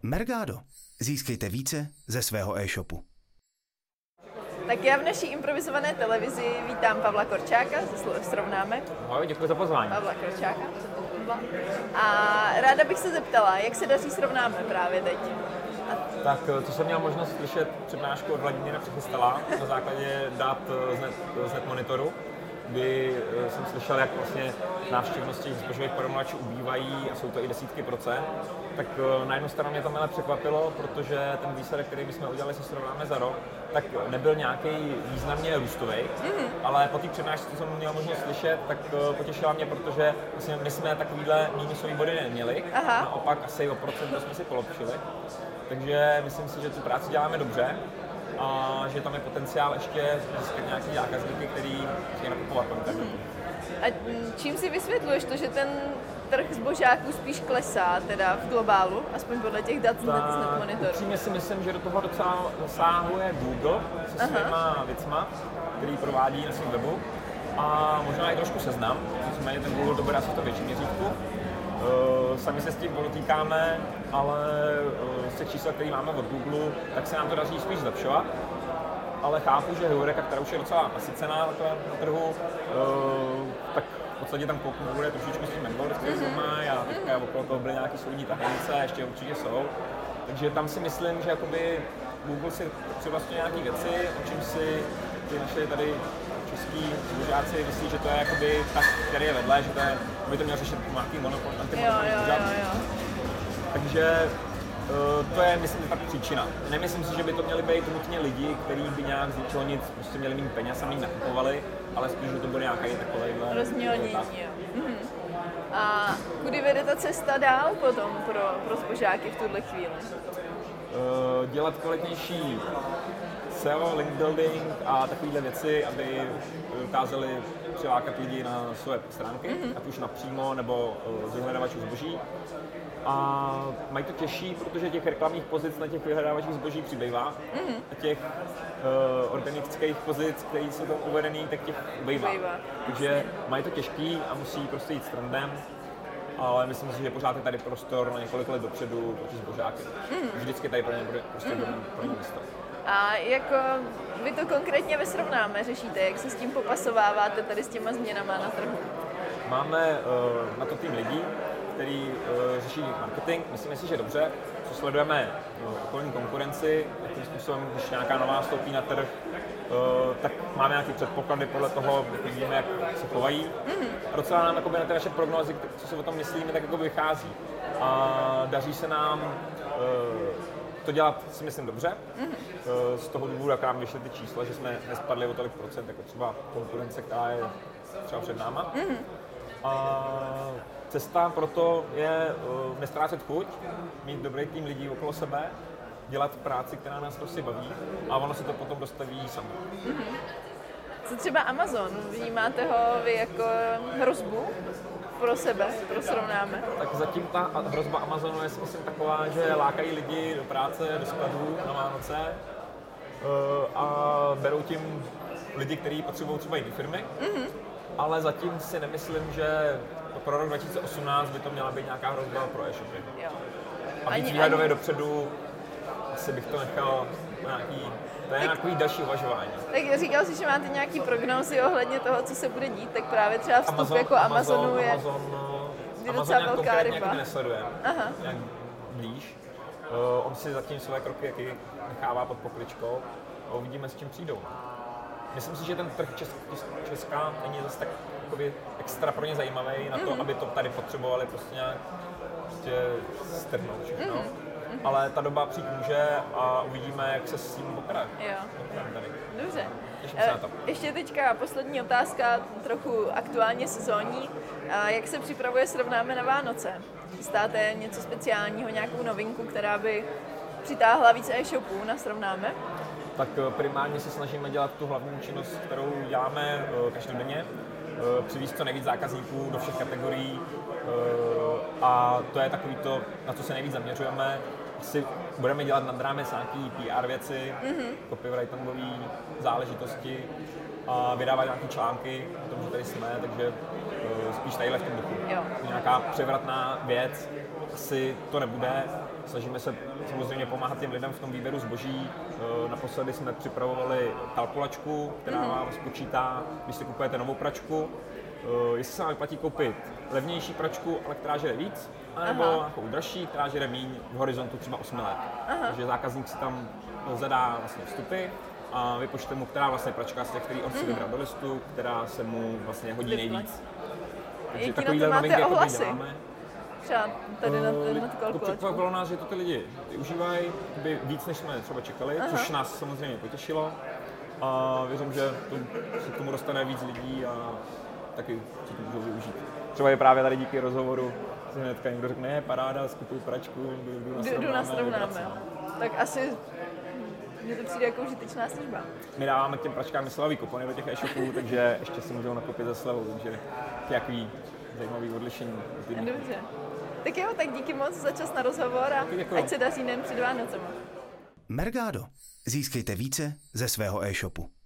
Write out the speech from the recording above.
Mergado. Získejte více ze svého e-shopu. Tak já v naší improvizované televizi vítám Pavla Korčáka, srovnáme. Ahoj, děkuji za pozvání. Pavla Korčáka. A ráda bych se zeptala, jak se daří srovnáme právě teď? Tak, co jsem měl možnost slyšet přednášku od Vladimíra Přichystala na základě dat z Net monitoru, kdy jsem slyšel, jak vlastně návštěvnosti zbožových porovnávačů ubývají a jsou to i desítky procent, tak na jednu stranu mě to milé překvapilo, protože ten výsledek, který bychom udělali, se srovnáme za rok, tak nebyl nějaký významně růstový, ale po té přednášce, co jsem měl možnost slyšet, tak potěšila mě, protože vlastně my jsme takovýhle mínusový body neměli, naopak asi o procento jsme si polepšili, takže myslím si, že tu práci děláme dobře a že tam je potenciál ještě získat nějaký zákazníky, který chtějí nakupovat po internetu. A čím si vysvětluješ to, že ten trh zbožáků spíš klesá, teda v globálu, aspoň podle těch dat z Net monitoru? Upřímně si myslím, že do toho docela zasahuje Google se svýma věcma, který provádí na svém webu a možná i trošku Seznam, nicméně ten Google to bude asi to větší měřítku. Sami se s tím podotýkáme, ale z těch čísel, které máme od Google, tak se nám to daří spíš zlepšovat. Ale chápu, že Heureka, která už je docela nasycená na trhu, tak v podstatě tam bude trošičku s tím McDonald's, který mají a teďka okolo toho byly nějaké soudní tahanice a ještě určitě jsou. Takže tam si myslím, že jakoby Google si přivlastňuje nějaké věci, o čem si ty naše tady český zbožáci myslí, že to je jakoby tak, který je vedle, že to je, by to měl řešit nějaký monopol, antimonopol. Takže to je, myslím, tak příčina. Nemyslím si, že by to měli být nutně lidi, kteří by nějak z ničeho nic prostě měli mít peněz a mít nakupovali, ale spíš, že to bude nějaký takovýhle rozmělnění. A kudy vede ta cesta dál potom pro zbožáky v tuhle chvíli? Dělat kvalitnější SEO, link building a takovéhle věci, aby dokázali přilákat lidi na své stránky, ať už napřímo nebo z vyhledávačů zboží. A mají to těžší, protože těch reklamních pozic na těch vyhledávačích zboží přibývá a těch organických pozic, které jsou tam uvedený, tak těch ubývá. Takže mají to těžký a musí prostě jít s trendem, ale myslím si, že pořád je tady prostor na několik let dopředu pro ty zbožáky. Vždycky tady pro ně bude prostě pro ně místo. A jak vy to konkrétně ve Srovnáme řešíte, jak se s tím popasováváte tady s těma změnama na trhu? Máme na to tým lidí, který řeší marketing. Myslím si, že dobře, co sledujeme okolní konkurenci, jakým způsobem, když nějaká nová vstoupí na trh, tak máme nějaké předpoklady podle toho, jak vidíme, jak se chovají. A docela nám na ty naše prognózy, co si o tom myslíme, tak jako vychází. A daří se nám to dělat, si myslím, dobře. Z toho důvodu, jak nám vyšly ty čísla, že jsme nespadli o tolik procent, jako třeba konkurence, která je třeba před náma. A cesta proto je nestrácet chuť, mít dobrý tým lidí okolo sebe, dělat práci, která nás prostě baví a ono se to potom dostaví samo. Co třeba Amazon? Vnímáte ho vy jako hrozbu pro sebe, pro Srovnáme? Tak zatím ta hrozba Amazonu je, si myslím, taková, že lákají lidi do práce, do skladů na Vánoce a berou tím lidi, kteří potřebují třeba jiné firmy. Ale zatím si nemyslím, že pro rok 2018 by to měla být nějaká hrozba pro e-shopy. A víc výhledově dopředu asi bych to nechal nějaký, to je nějaký další uvažování. Tak říkal jsi, že máte nějaký prognózy ohledně toho, co se bude dít, tak právě třeba vstup jako Amazonu je docela velká ryba. Amazon nesledujeme, nějak blíž. On si zatím své kroky jaký nechává pod pokličkou a uvidíme, s čím přijdou. Myslím si, že ten trh Česká není zase tak extra pro ně zajímavý na to, aby to tady potřebovali prostě nějak strhnout všechno. Ale ta doba přijít může a uvidíme, jak se s tím popere. Dobře. Ještě teďka poslední otázka, trochu aktuálně sezónní. Jak se připravuje Srovnáme na Vánoce? Chystáte něco speciálního, nějakou novinku, která by přitáhla víc e-shopů na Srovnáme? Tak primárně se snažíme dělat tu hlavní činnost, kterou děláme každodenně. Přivést co nejvíc zákazníků do všech kategorií a to je takový to, na co se nejvíc zaměřujeme. Asi budeme dělat nad rámec nějaký PR věci, copywritingové záležitosti a vydávat nějaké články o tom, že tady jsme, takže spíš tadyhle v tom duchu. Nějaká převratná věc asi to nebude, Snažíme se samozřejmě pomáhat těm lidem v tom výběru zboží. Naposledy jsme připravovali kalkulačku, která vám spočítá, když si kupujete novou pračku, jestli se vám vyplatí koupit levnější pračku, ale která žere víc, anebo nějakou dražší, která žere míň v horizontu třeba 8 let. Takže zákazník si tam zadá vlastně vstupy a vypočte mu, která vlastně pračka z těch, který on si vybral do listu, která se mu vlastně hodí nejvíc. Takže takovýhle novinky jako děláme. Třeba tady na tu kalkulačku. Překvapilo nás, že to ty lidi využívají víc, než jsme třeba čekali, což nás samozřejmě potěšilo. A věřím, že se k tomu dostane víc lidí a taky si to můžou využít. Třeba je právě tady díky rozhovoru, si hnedka někdo řekne, paráda, skupuj pračku, jdu nasrovnáme. Tak asi mně to přijde jako užitečná služba. My dáváme k těm pračkám slevový kupony do těch e-shopů, takže ještě si můžou nakoupit za slevou, takže nějaký zajímavý odlišení. Dobře. Tak jo, tak díky moc za čas na rozhovor a ať se daří nejen před Vánocema. Mergado. Získejte více ze svého e-shopu.